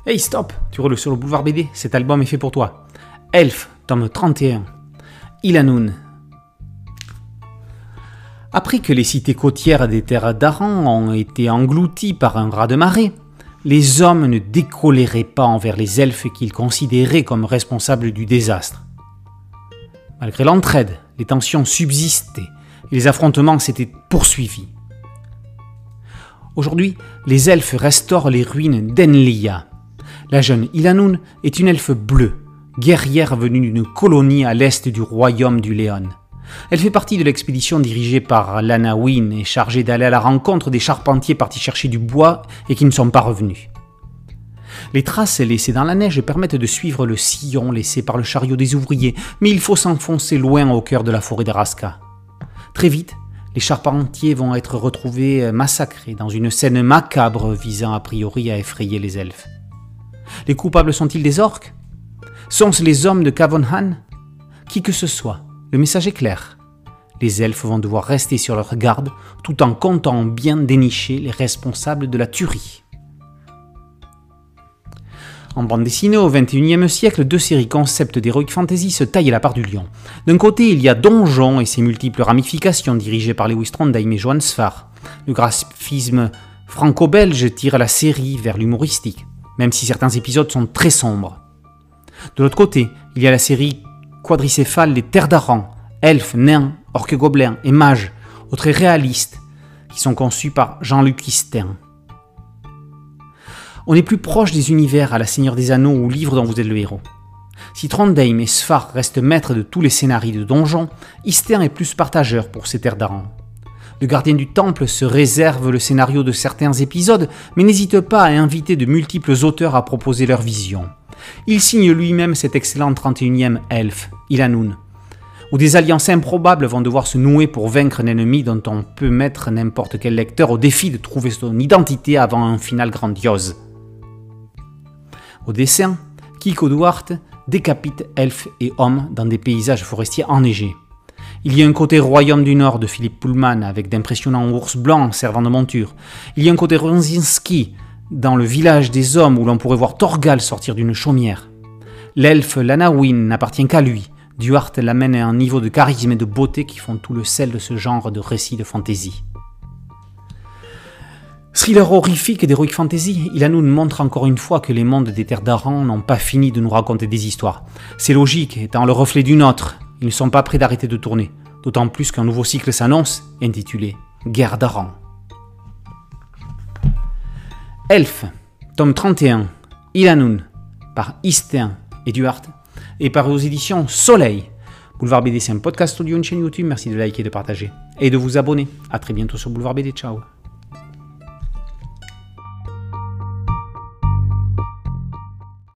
Hey stop, tu roules sur le boulevard BD, cet album est fait pour toi. Elf, tome 31. Ilanun. Après que les cités côtières des terres d'Aran ont été englouties par un raz-de-marée, les hommes ne décoléraient pas envers les elfes qu'ils considéraient comme responsables du désastre. Malgré l'entraide, les tensions subsistaient et les affrontements s'étaient poursuivis. Aujourd'hui, les elfes restaurent les ruines d'Enlia. La jeune Ilanun est une elfe bleue, guerrière venue d'une colonie à l'est du royaume du Léon. Elle fait partie de l'expédition dirigée par Lanawin et chargée d'aller à la rencontre des charpentiers partis chercher du bois et qui ne sont pas revenus. Les traces laissées dans la neige permettent de suivre le sillon laissé par le chariot des ouvriers, mais il faut s'enfoncer loin au cœur de la forêt d'Araska. Très vite, les charpentiers vont être retrouvés massacrés dans une scène macabre visant a priori à effrayer les elfes. Les coupables sont-ils des orques? Sont-ce les hommes de Kavonhan? Qui que ce soit, le message est clair. Les elfes vont devoir rester sur leur garde tout en comptant bien dénicher les responsables de la tuerie. En bande dessinée au XXIe siècle, deux séries concept d'Heroic Fantasy se taillent la part du lion. D'un côté, il y a Donjon et ses multiples ramifications dirigées par Lewis Trondheim et Johan Sfar. Le graphisme franco-belge tire la série vers l'humoristique, même si certains épisodes sont très sombres. De l'autre côté, il y a la série quadricéphale des Terres d'Aran, elfes, nains, orques gobelins et mages, aux traits réalistes, qui sont conçus par Jean-Luc Istin. On est plus proche des univers à la Seigneur des Anneaux ou livre dont vous êtes le héros. Si Trondheim et Sfar restent maîtres de tous les scénarios de Donjon, Istin est plus partageur pour ces Terres d'Aran. Le gardien du temple se réserve le scénario de certains épisodes, mais n'hésite pas à inviter de multiples auteurs à proposer leur vision. Il signe lui-même cet excellent 31e elfe, Ilanun, où des alliances improbables vont devoir se nouer pour vaincre un ennemi dont on peut mettre n'importe quel lecteur au défi de trouver son identité avant un final grandiose. Au dessin, Kiko Duarte décapite elfes et hommes dans des paysages forestiers enneigés. Il y a un côté Royaume du Nord de Philippe Pullman avec d'impressionnants ours blancs servant de monture. Il y a un côté Ronzinski dans le village des hommes où l'on pourrait voir Torgal sortir d'une chaumière. L'elfe Lanawin n'appartient qu'à lui. Duarte l'amène à un niveau de charisme et de beauté qui font tout le sel de ce genre de récit de fantasy. Thriller horrifique d'Heroic Fantasy, Ilanun montre encore une fois que les mondes des Terres d'Aran n'ont pas fini de nous raconter des histoires. C'est logique, étant le reflet du nôtre, ils ne sont pas prêts d'arrêter de tourner, d'autant plus qu'un nouveau cycle s'annonce, intitulé Guerre d'Aran. Elf, tome 31, Ilanun, par Istin et Duarte, et paru aux éditions Soleil. Boulevard BD, c'est un podcast audio, une chaîne YouTube, merci de liker et de partager, et de vous abonner. A très bientôt sur Boulevard BD, ciao.